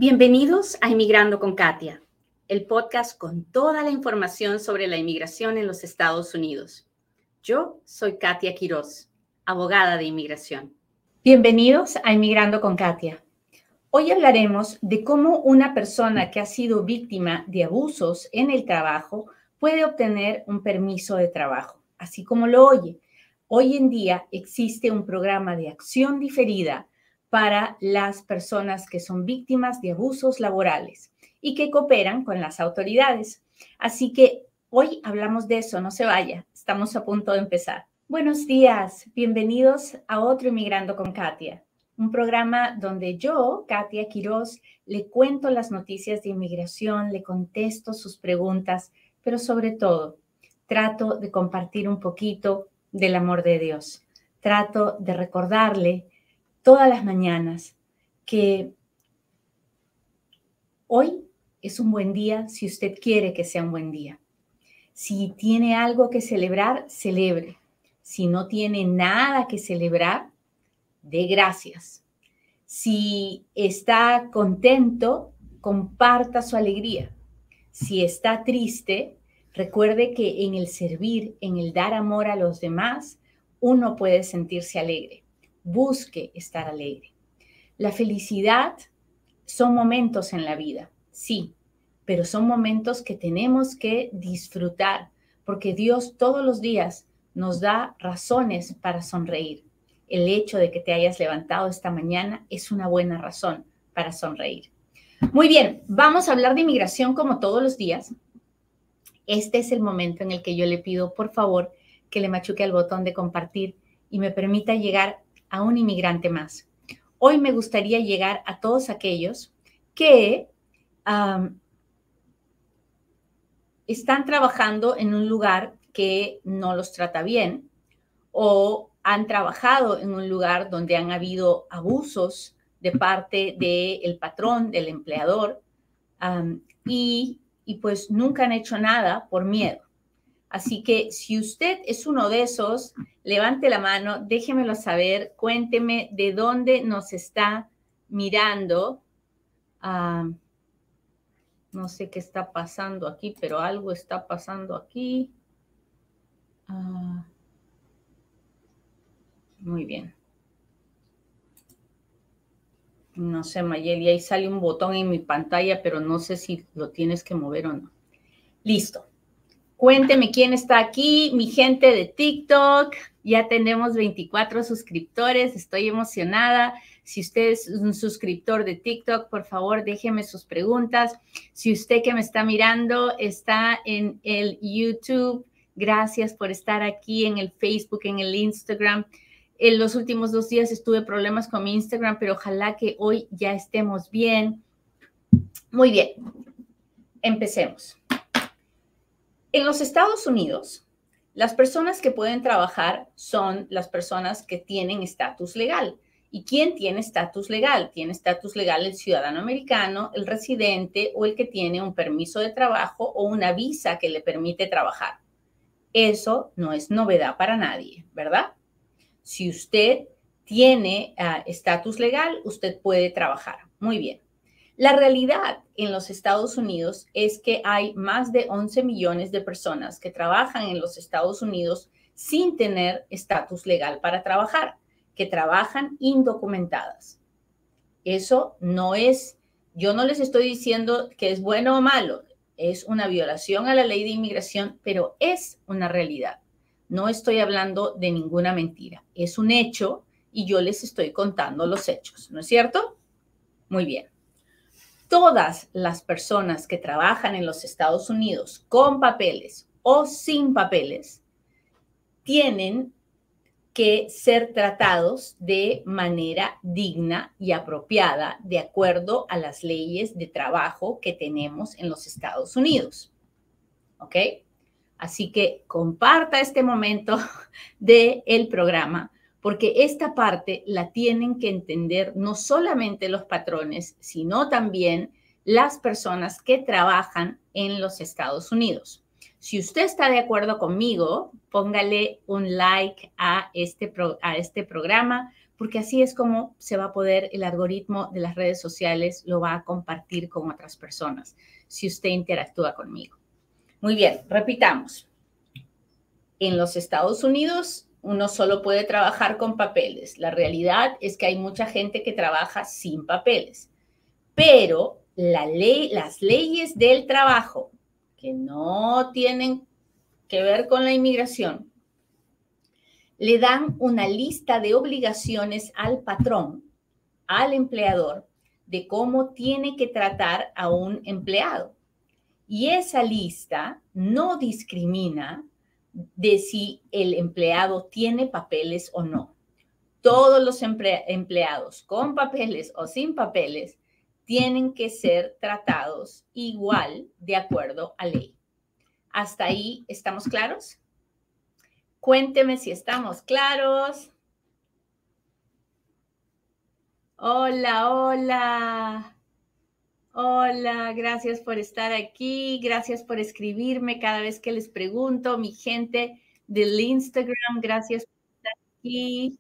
Bienvenidos a Inmigrando con Katia, el podcast con toda la información sobre la inmigración en los Estados Unidos. Yo soy Katia Quiroz, abogada de inmigración. Bienvenidos a Inmigrando con Katia. Hoy hablaremos de cómo una persona que ha sido víctima de abusos en el trabajo puede obtener un permiso de trabajo, así como lo oye. Hoy en día existe un programa de acción diferida para las personas que son víctimas de abusos laborales y que cooperan con las autoridades. Así que hoy hablamos de eso, no se vaya, estamos a punto de empezar. Buenos días, bienvenidos a otro Inmigrando con Katia, un programa donde yo, Katia Quiroz, le cuento las noticias de inmigración, le contesto sus preguntas, pero sobre todo trato de compartir un poquito del amor de Dios. Trato de recordarle todas las mañanas que hoy es un buen día si usted quiere que sea un buen día. Si tiene algo que celebrar, celebre. Si no tiene nada que celebrar, dé gracias. Si está contento, comparta su alegría. Si está triste, recuerde que en el servir, en el dar amor a los demás, uno puede sentirse alegre. Busque estar alegre. La felicidad son momentos en la vida, sí, pero son momentos que tenemos que disfrutar, porque Dios todos los días nos da razones para sonreír. El hecho de que te hayas levantado esta mañana es una buena razón para sonreír. Muy bien, vamos a hablar de inmigración como todos los días. Este es el momento en el que yo le pido, por favor, que le machuque al botón de compartir y me permita llegar a un inmigrante más. Hoy me gustaría llegar a todos aquellos que están trabajando en un lugar que no los trata bien o han trabajado en un lugar donde han habido abusos de parte del patrón, del empleador, y pues nunca han hecho nada por miedo. Así que si usted es uno de esos, levante la mano, déjemelo saber, cuénteme de dónde nos está mirando. No sé qué está pasando aquí, pero algo está pasando aquí. Muy bien. No sé, Mayeli, ahí sale un botón en mi pantalla, pero no sé si lo tienes que mover o no. Listo. Cuénteme quién está aquí, mi gente de TikTok. Ya tenemos 24 suscriptores, estoy emocionada. Si usted es un suscriptor de TikTok, por favor, déjeme sus preguntas. Si usted que me está mirando está en el YouTube, gracias por estar aquí, en el Facebook, en el Instagram. En los últimos 2 días tuve problemas con mi Instagram, pero ojalá que hoy ya estemos bien. Muy bien, empecemos. En los Estados Unidos, las personas que pueden trabajar son las personas que tienen estatus legal. ¿Y quién tiene estatus legal? Tiene estatus legal el ciudadano americano, el residente o el que tiene un permiso de trabajo o una visa que le permite trabajar. Eso no es novedad para nadie, ¿verdad? Si usted tiene estatus legal, usted puede trabajar. Muy bien. La realidad en los Estados Unidos es que hay más de 11 millones de personas que trabajan en los Estados Unidos sin tener estatus legal para trabajar, que trabajan indocumentadas. Eso no es, yo no les estoy diciendo que es bueno o malo, es una violación a la ley de inmigración, pero es una realidad. No estoy hablando de ninguna mentira, es un hecho y yo les estoy contando los hechos, ¿no es cierto? Muy bien. Todas las personas que trabajan en los Estados Unidos con papeles o sin papeles tienen que ser tratados de manera digna y apropiada de acuerdo a las leyes de trabajo que tenemos en los Estados Unidos. ¿Ok? Así que comparta este momento del programa porque esta parte la tienen que entender no solamente los patrones, sino también las personas que trabajan en los Estados Unidos. Si usted está de acuerdo conmigo, póngale un like a este programa, porque así es como se va a poder, el algoritmo de las redes sociales lo va a compartir con otras personas, si usted interactúa conmigo. Muy bien, repitamos. En los Estados Unidos, uno solo puede trabajar con papeles. La realidad es que hay mucha gente que trabaja sin papeles, pero las leyes del trabajo, que no tienen que ver con la inmigración, le dan una lista de obligaciones al patrón, al empleador, de cómo tiene que tratar a un empleado. Y esa lista no discrimina de si el empleado tiene papeles o no. Todos los empleados con papeles o sin papeles tienen que ser tratados igual de acuerdo a ley. ¿Hasta ahí estamos claros? Cuénteme si estamos claros. Hola, hola. Hola, gracias por estar aquí. Gracias por escribirme cada vez que les pregunto. Mi gente del Instagram, gracias por estar aquí.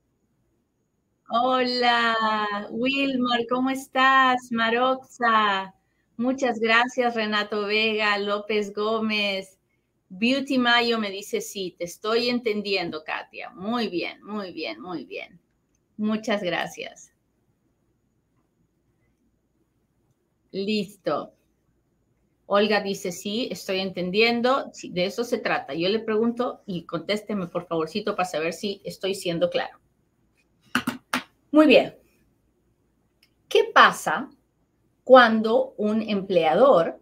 Hola, Wilmar, ¿cómo estás? Maroxa, muchas gracias, Renato Vega, López Gómez. Beauty Mayo me dice, sí, te estoy entendiendo, Katia. Muy bien, muy bien, muy bien. Muchas gracias. Listo. Olga dice, sí, estoy entendiendo. Sí, de eso se trata. Yo le pregunto y contésteme, por favorcito, para saber si estoy siendo claro. Muy bien. ¿Qué pasa cuando un empleador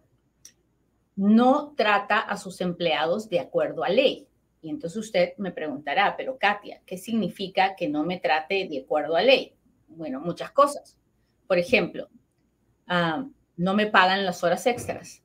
no trata a sus empleados de acuerdo a ley? Y entonces usted me preguntará, pero Katia, ¿qué significa que no me trate de acuerdo a ley? Bueno, muchas cosas. Por ejemplo, no me pagan las horas extras.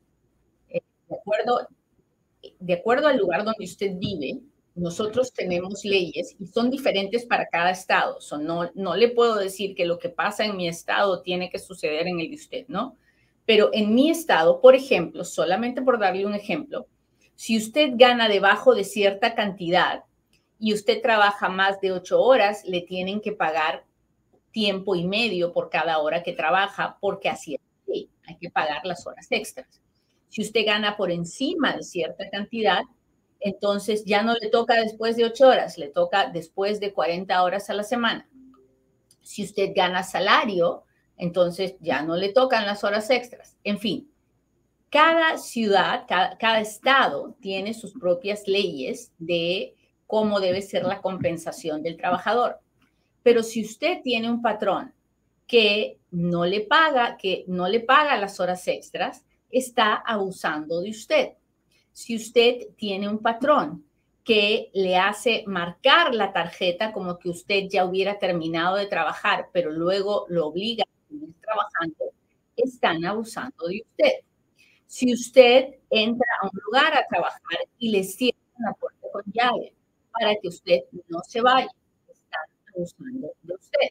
De acuerdo, de acuerdo al lugar donde usted vive, nosotros tenemos leyes y son diferentes para cada estado. No le puedo decir que lo que pasa en mi estado tiene que suceder en el de usted, ¿no? Pero en mi estado, por ejemplo, solamente por darle un ejemplo, si usted gana debajo de cierta cantidad y usted trabaja más de 8 horas, le tienen que pagar tiempo y medio por cada hora que trabaja, porque así es. Hay que pagar las horas extras. Si usted gana por encima de cierta cantidad, entonces ya no le toca después de 8 horas, le toca después de 40 horas a la semana. Si usted gana salario, entonces ya no le tocan las horas extras. En fin, cada ciudad, cada estado tiene sus propias leyes de cómo debe ser la compensación del trabajador. Pero si usted tiene un patrón que no le paga las horas extras, está abusando de usted. Si usted tiene un patrón que le hace marcar la tarjeta como que usted ya hubiera terminado de trabajar, pero luego lo obliga a seguir trabajando, están abusando de usted. Si usted entra a un lugar a trabajar y le cierran la puerta con llave para que usted no se vaya, están abusando de usted.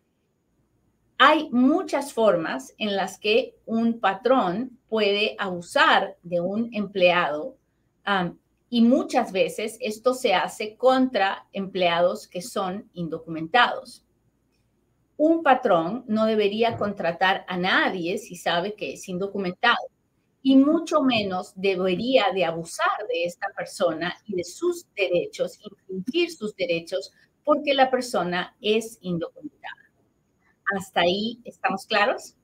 Hay muchas formas en las que un patrón puede abusar de un empleado y muchas veces esto se hace contra empleados que son indocumentados. Un patrón no debería contratar a nadie si sabe que es indocumentado y mucho menos debería de abusar de esta persona y de sus derechos, infringir sus derechos porque la persona es indocumentada. ¿Hasta ahí estamos claros?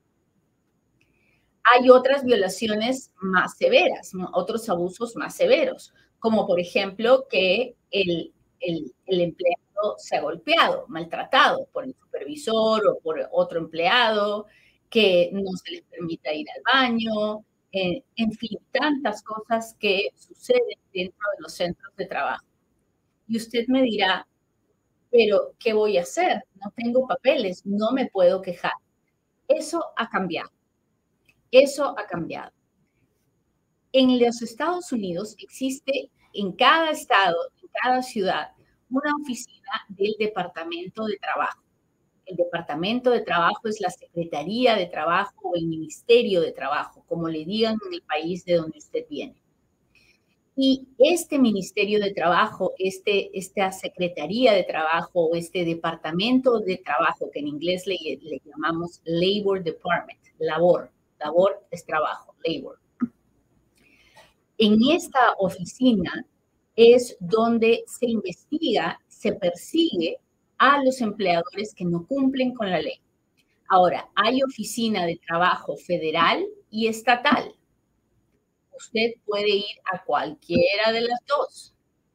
Hay otras violaciones más severas, otros abusos más severos, como por ejemplo que el empleado sea golpeado, maltratado por el supervisor o por otro empleado, que no se les permita ir al baño, en fin, tantas cosas que suceden dentro de los centros de trabajo. Y usted me dirá, pero ¿qué voy a hacer? No tengo papeles, no me puedo quejar. Eso ha cambiado. Eso ha cambiado. En los Estados Unidos existe en cada estado, en cada ciudad, una oficina del Departamento de Trabajo. El Departamento de Trabajo es la Secretaría de Trabajo o el Ministerio de Trabajo, como le digan en el país de donde usted viene. Y este Ministerio de Trabajo, esta Secretaría de Trabajo o este Departamento de Trabajo, que en inglés le llamamos Labor Department, labor es trabajo, labor. En esta oficina es donde se investiga, se persigue a los empleadores que no cumplen con la ley. Ahora, hay oficina de trabajo federal y estatal. Usted puede ir a cualquiera de las dos.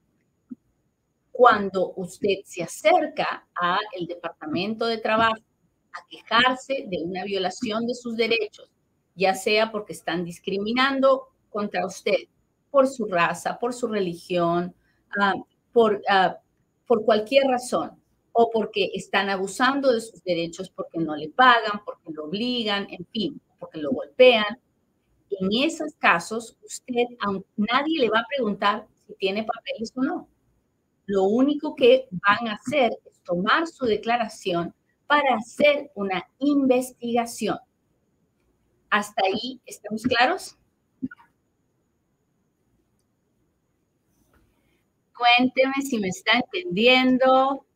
Cuando usted se acerca al Departamento de Trabajo a quejarse de una violación de sus derechos, ya sea porque están discriminando contra usted por su raza, por su religión, uh, por, uh, por cualquier razón, o porque están abusando de sus derechos porque no le pagan, porque lo obligan, en fin, porque lo golpean. En esos casos, usted, aunque nadie le va a preguntar si tiene papeles o no. Lo único que van a hacer es tomar su declaración para hacer una investigación. ¿Hasta ahí estamos claros? Cuénteme si me está entendiendo.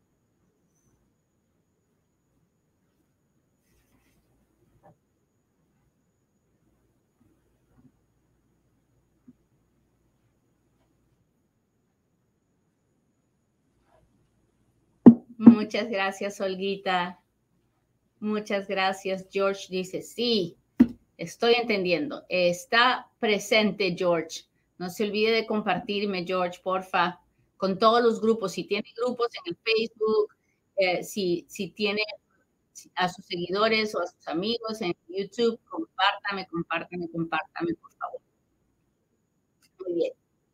Muchas gracias, Olguita. Muchas gracias. George dice, sí, estoy entendiendo. Está presente, George. No se olvide de compartirme, George, porfa, con todos los grupos. Si tiene grupos en el Facebook, si tiene a sus seguidores o a sus amigos en YouTube, compártame, por favor. Muy bien.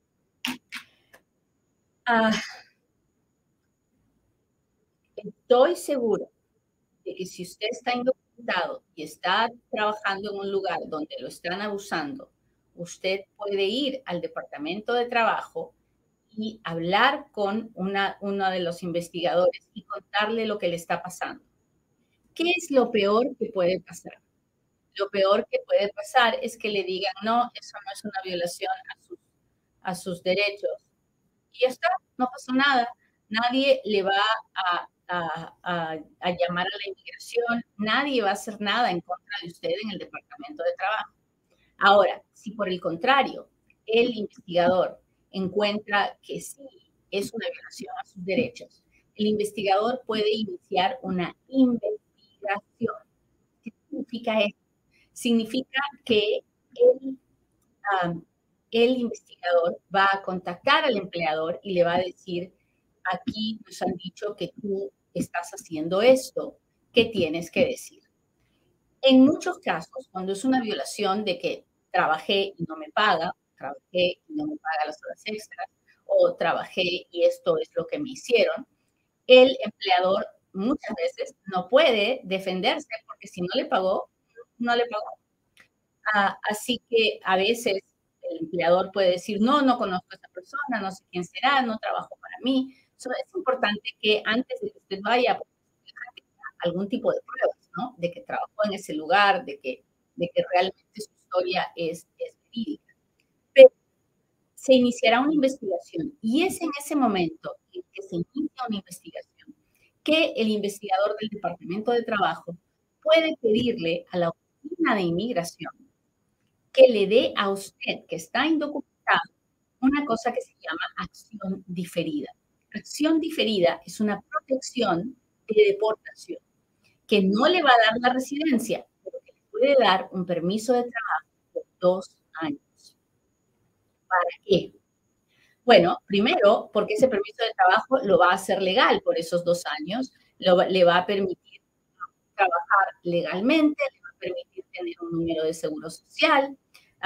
Estoy segura de que si usted está indocumentado y está trabajando en un lugar donde lo están abusando, usted puede ir al Departamento de Trabajo y hablar con uno de los investigadores y contarle lo que le está pasando. ¿Qué es lo peor que puede pasar? Lo peor que puede pasar es que le digan, no, eso no es una violación a sus derechos. Y ya está, no pasó nada. Nadie le va a llamar a la inmigración, nadie va a hacer nada en contra de usted en el Departamento de Trabajo. Ahora, si por el contrario, el investigador encuentra que sí es una violación a sus derechos, el investigador puede iniciar una investigación. ¿Qué significa esto? Significa que el investigador va a contactar al empleador y le va a decir, aquí nos han dicho que tú estás haciendo esto, ¿qué tienes que decir? En muchos casos, cuando es una violación de que trabajé y no me paga, trabajé y no me paga las horas extras, o trabajé y esto es lo que me hicieron, el empleador muchas veces no puede defenderse porque si no le pagó, no le pagó. Así que a veces el empleador puede decir, no, no conozco a esa persona, no sé quién será, no trabajo para mí. Es importante que antes de que usted vaya, algún tipo de pruebas, ¿no? De que trabajó en ese lugar, de que realmente su historia es verídica. Pero se iniciará una investigación y es en ese momento en que se inicia una investigación que el investigador del Departamento de Trabajo puede pedirle a la Oficina de Inmigración que le dé a usted, que está indocumentado, una cosa que se llama acción diferida. Acción diferida es una protección de deportación que no le va a dar la residencia, pero que le puede dar un permiso de trabajo por 2 años. ¿Para qué? Bueno, primero, porque ese permiso de trabajo lo va a hacer legal por esos 2 años, le va a permitir trabajar legalmente, le va a permitir tener un número de seguro social.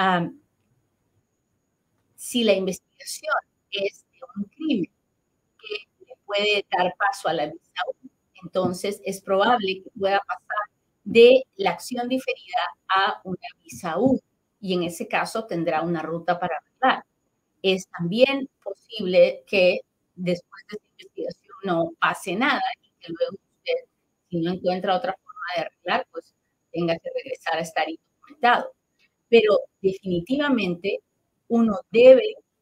Si la investigación es de un crimen que le puede dar paso a la visa U, entonces es probable que pueda pasar de la acción diferida a una visa U y en ese caso tendrá una ruta para arreglar. Es también posible que después de esta investigación no pase nada y que luego usted, si no encuentra otra forma de arreglar, pues tenga que regresar a estar indocumentado. Pero definitivamente uno debe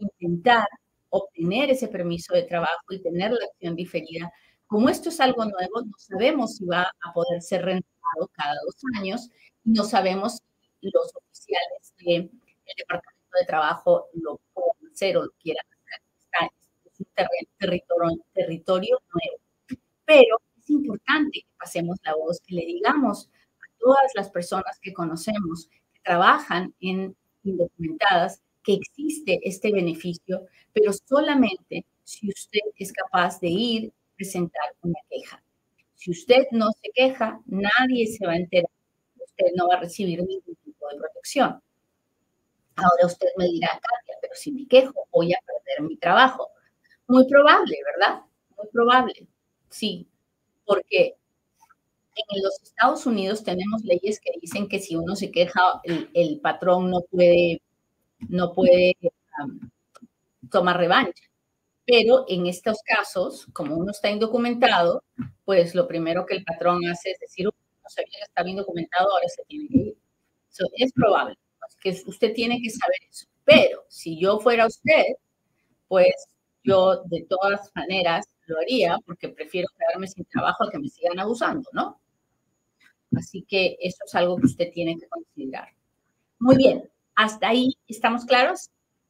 intentar obtener ese permiso de trabajo y tener la acción diferida. Como esto es algo nuevo, no sabemos si va a poder ser renovado cada 2 años y no sabemos si los oficiales del Departamento de Trabajo lo pueden hacer o lo quieran hacer. Es un territorio nuevo. Pero es importante que pasemos la voz, que le digamos a todas las personas que conocemos que trabajan en indocumentadas que existe este beneficio, pero solamente si usted es capaz de ir a presentar una queja. Si usted no se queja, nadie se va a enterar. Usted no va a recibir ningún tipo de protección. Ahora usted me dirá, Katia, pero si me quejo, voy a perder mi trabajo. Muy probable, ¿verdad? Muy probable, sí, porque en los Estados Unidos tenemos leyes que dicen que si uno se queja, el patrón no puede tomar revancha. Pero en estos casos, como uno está indocumentado, pues lo primero que el patrón hace es decir, no sabía que estaba indocumentado, ahora se tiene que ir. Es probable que usted tiene que saber eso. Pero si yo fuera usted, pues yo de todas maneras lo haría porque prefiero quedarme sin trabajo a que me sigan abusando, ¿no? Así que eso es algo que usted tiene que considerar. Muy bien, hasta ahí, ¿estamos claros?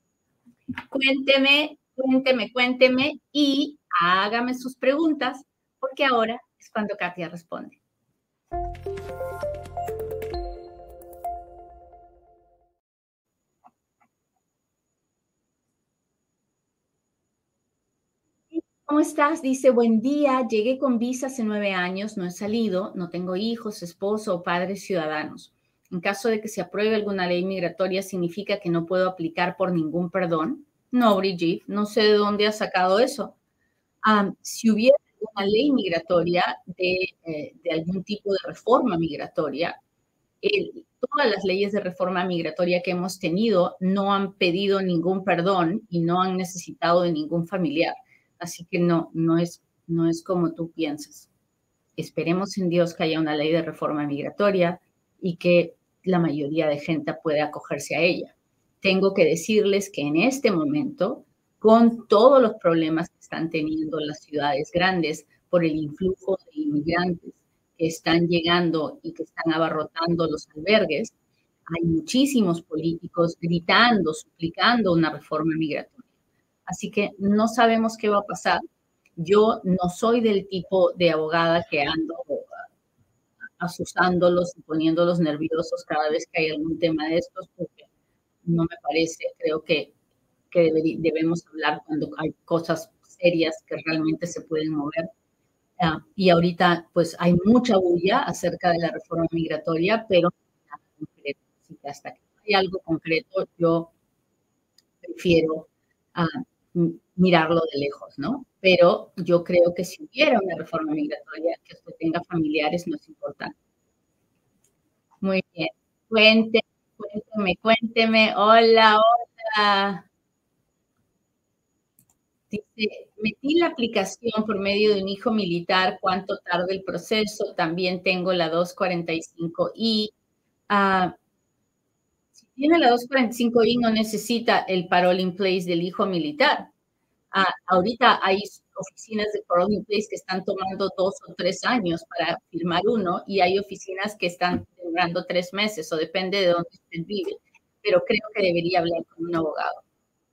Cuénteme y hágame sus preguntas, porque ahora es cuando Katia responde. ¿Cómo estás? Dice, buen día, llegué con visa hace 9 años, no he salido, no tengo hijos, esposo o padres ciudadanos. En caso de que se apruebe alguna ley migratoria, ¿significa que no puedo aplicar por ningún perdón? No, Brigitte, no sé de dónde has sacado eso. Si hubiera una ley migratoria de algún tipo de reforma migratoria, todas las leyes de reforma migratoria que hemos tenido no han pedido ningún perdón y no han necesitado de ningún familiar. Así que no es como tú piensas. Esperemos en Dios que haya una ley de reforma migratoria y que la mayoría de gente pueda acogerse a ella. Tengo que decirles que en este momento, con todos los problemas que están teniendo las ciudades grandes por el influjo de inmigrantes que están llegando y que están abarrotando los albergues, hay muchísimos políticos gritando, suplicando una reforma migratoria. Así que no sabemos qué va a pasar. Yo no soy del tipo de abogada que ando asustándolos y poniéndolos nerviosos cada vez que hay algún tema de estos, porque no me parece. Creo que debemos hablar cuando hay cosas serias que realmente se pueden mover. Y ahorita, pues, hay mucha bulla acerca de la reforma migratoria, pero nada concreto. Así que hasta que hay algo concreto, yo prefiero mirarlo de lejos, ¿no? Pero yo creo que si hubiera una reforma migratoria, que usted tenga familiares no es importante. Muy bien. Cuénteme. Hola, hola. Dice, metí la aplicación por medio de un hijo militar, ¿cuánto tarda el proceso? También tengo la 245I. Si tiene la 245I, no necesita el parole in place del hijo militar. Ahorita hay oficinas de parole in place que están tomando 2 o 3 años para firmar uno y hay oficinas que están demorando 3 meses o depende de dónde usted vive. Pero creo que debería hablar con un abogado.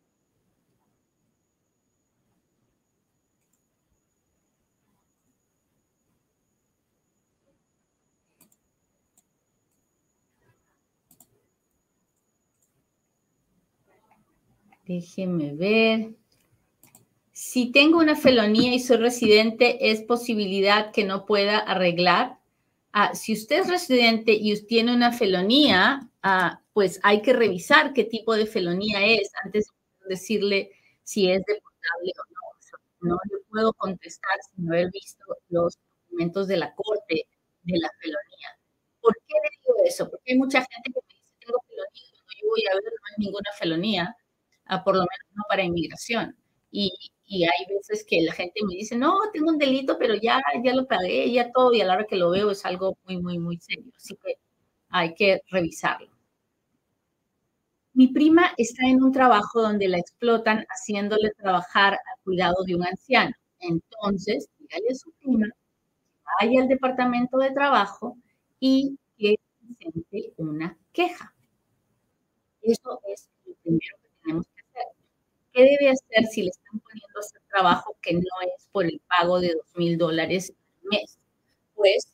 Déjeme ver. Si tengo una felonía y soy residente, ¿es posibilidad que no pueda arreglar? Si usted es residente y tiene una felonía, pues hay que revisar qué tipo de felonía es antes de decirle si es deportable o no. No le puedo contestar sin haber visto los documentos de la corte de la felonía. ¿Por qué le digo eso? Porque hay mucha gente que me dice, tengo felonía, y cuando yo voy a ver, no hay ninguna felonía, por lo menos no para inmigración. Y hay veces que la gente me dice, no, tengo un delito, pero ya lo pagué, ya todo, y a la hora que lo veo es algo muy serio. Así que hay que revisarlo. Mi prima está en un trabajo donde la explotan haciéndole trabajar al cuidado de un anciano. Entonces, dígale a su prima, vaya al departamento de trabajo y que presente una queja. Eso es lo primero que tenemos que hacer. ¿Qué debe hacer si le están poniendo a hacer trabajo que no es por el pago de $2,000 al mes? Pues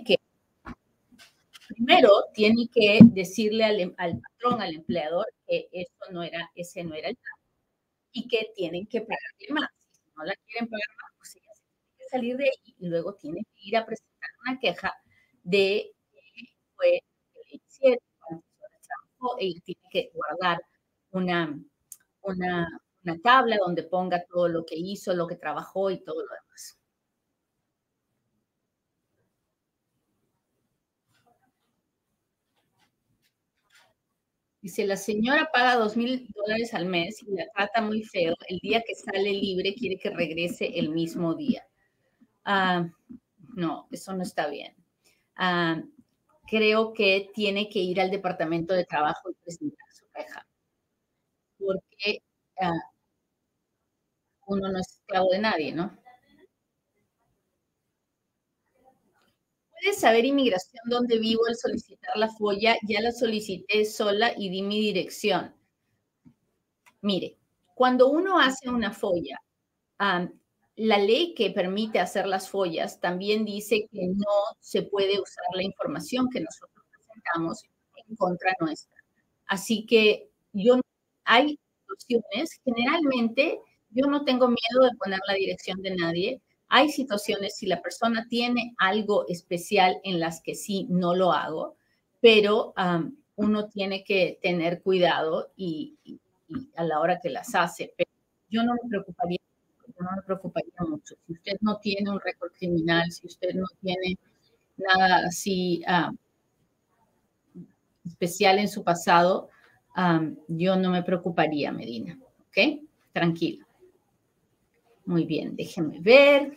primero tiene que decirle al patrón, al empleador, que ese no era el trabajo y que tienen que pagarle más. Si no la quieren pagar más, pues ella se tiene que salir de ahí y luego tiene que ir a presentar una queja de que fue que le hicieron, cuántas horas trabajó. Ella tiene que guardar una, una, una tabla donde ponga todo lo que hizo, lo que trabajó y todo lo demás. Dice, la señora paga $2,000 al mes y la trata muy feo. El día que sale libre quiere que regrese el mismo día. No, eso no está bien. Creo que tiene que ir al departamento de trabajo y presentar su queja. Porque uno no es esclavo de nadie, ¿no? ¿Puedes saber inmigración dónde vivo al solicitar la folla? Ya la solicité sola y di mi dirección. Mire, cuando uno hace una folla, la ley que permite hacer las follas también dice que no se puede usar la información que nosotros presentamos en contra nuestra. Así que hay situaciones, generalmente yo no tengo miedo de poner la dirección de nadie. Hay situaciones, si la persona tiene algo especial en las que sí no lo hago, pero uno tiene que tener cuidado y a la hora que las hace. Pero yo no me preocuparía mucho. Si usted no tiene un récord criminal, si usted no tiene nada así especial en su pasado, yo no me preocuparía, Medina. ¿Ok? Tranquilo. Muy bien, déjenme ver.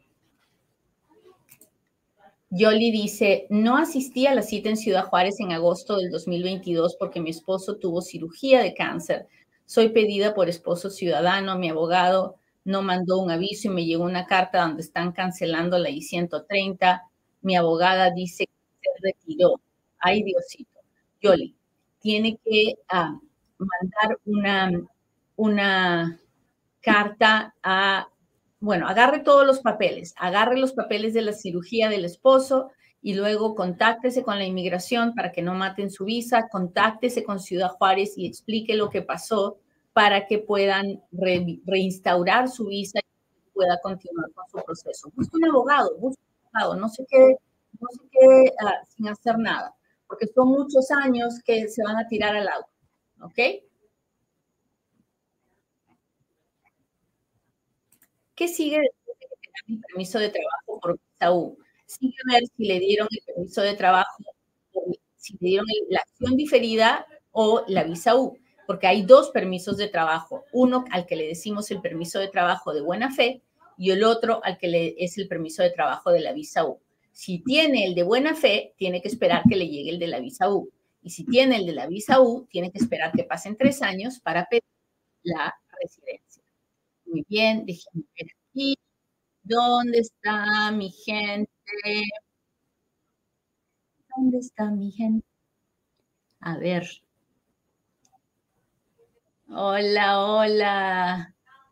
Yoli dice, no asistí a la cita en Ciudad Juárez en agosto del 2022 porque mi esposo tuvo cirugía de cáncer. Soy pedida por Esposo Ciudadano, mi abogado no mandó un aviso y me llegó una carta donde están cancelando la I-130. Mi abogada dice que se retiró. Ay, Diosito. Yoli, tiene que mandar una carta bueno, agarre los papeles de la cirugía del esposo y luego contáctese con la inmigración para que no maten su visa, contáctese con Ciudad Juárez y explique lo que pasó para que puedan reinstaurar su visa y pueda continuar con su proceso. Busque un abogado, no se quede sin hacer nada, porque son muchos años que se van a tirar al agua, ¿ok? ¿Qué sigue después de que te dan el permiso de trabajo por visa U? Sigue a ver si le dieron el permiso de trabajo, si le dieron la acción diferida o la visa U, porque hay dos permisos de trabajo, uno al que le decimos el permiso de trabajo de buena fe y el otro al que es el permiso de trabajo de la visa U. Si tiene el de buena fe, tiene que esperar que le llegue el de la visa U. Y si tiene el de la visa U, tiene que esperar que pasen 3 años para pedir la residencia. Muy bien, déjenme ver aquí. ¿Dónde está mi gente? ¿Dónde está mi gente? A ver. Hola, hola.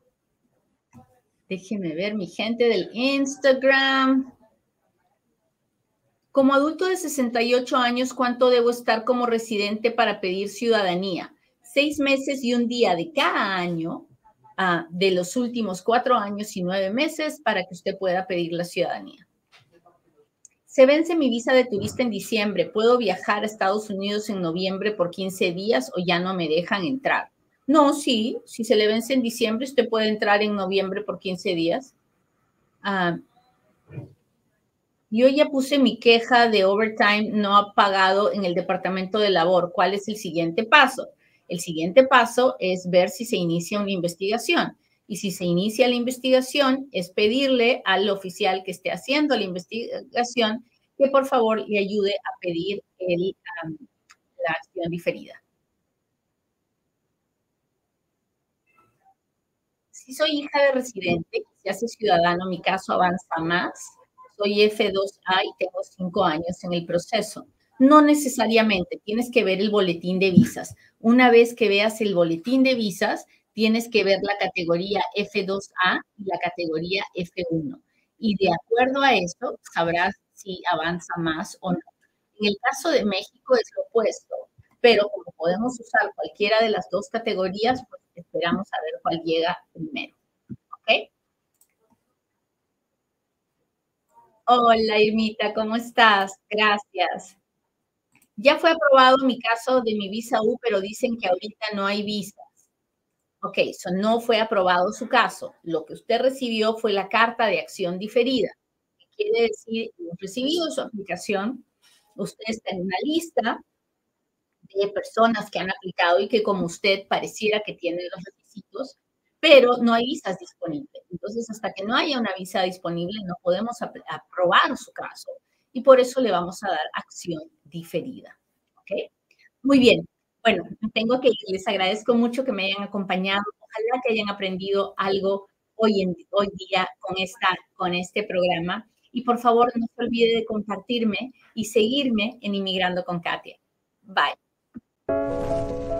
Déjenme ver mi gente del Instagram. Como adulto de 68 años, ¿cuánto debo estar como residente para pedir ciudadanía? 6 meses y un día de cada año, de los últimos 4 años y 9 meses para que usted pueda pedir la ciudadanía. Se vence mi visa de turista en diciembre. ¿Puedo viajar a Estados Unidos en noviembre por 15 días o ya no me dejan entrar? No, sí, si se le vence en diciembre, usted puede entrar en noviembre por 15 días. Yo ya puse mi queja de overtime no pagado en el Departamento de Labor. ¿Cuál es el siguiente paso? El siguiente paso es ver si se inicia una investigación. Y si se inicia la investigación, es pedirle al oficial que esté haciendo la investigación que por favor le ayude a pedir la acción diferida. Si soy hija de residente, se hace ciudadano, mi caso avanza más. Soy F2A y tengo 5 años en el proceso. No necesariamente, tienes que ver el boletín de visas. Una vez que veas el boletín de visas, tienes que ver la categoría F2A y la categoría F1. Y de acuerdo a eso, sabrás si avanza más o no. En el caso de México es lo opuesto, pero como podemos usar cualquiera de las dos categorías, pues esperamos a ver cuál llega primero. ¿Ok? Hola, Irmita, ¿cómo estás? Gracias. Ya fue aprobado mi caso de mi visa U, pero dicen que ahorita no hay visa. Ok, so no fue aprobado su caso. Lo que usted recibió fue la carta de acción diferida. ¿Qué quiere decir? Hemos recibido su aplicación. Usted está en una lista de personas que han aplicado y que como usted pareciera que tienen los requisitos, pero no hay visas disponibles. Entonces, hasta que no haya una visa disponible, no podemos aprobar su caso y por eso le vamos a dar acción diferida. ¿Ok? Muy bien. Bueno, tengo que ir. Les agradezco mucho que me hayan acompañado. Ojalá que hayan aprendido algo hoy día con este programa. Y por favor, no se olvide de compartirme y seguirme en Inmigrando con Katia. Bye.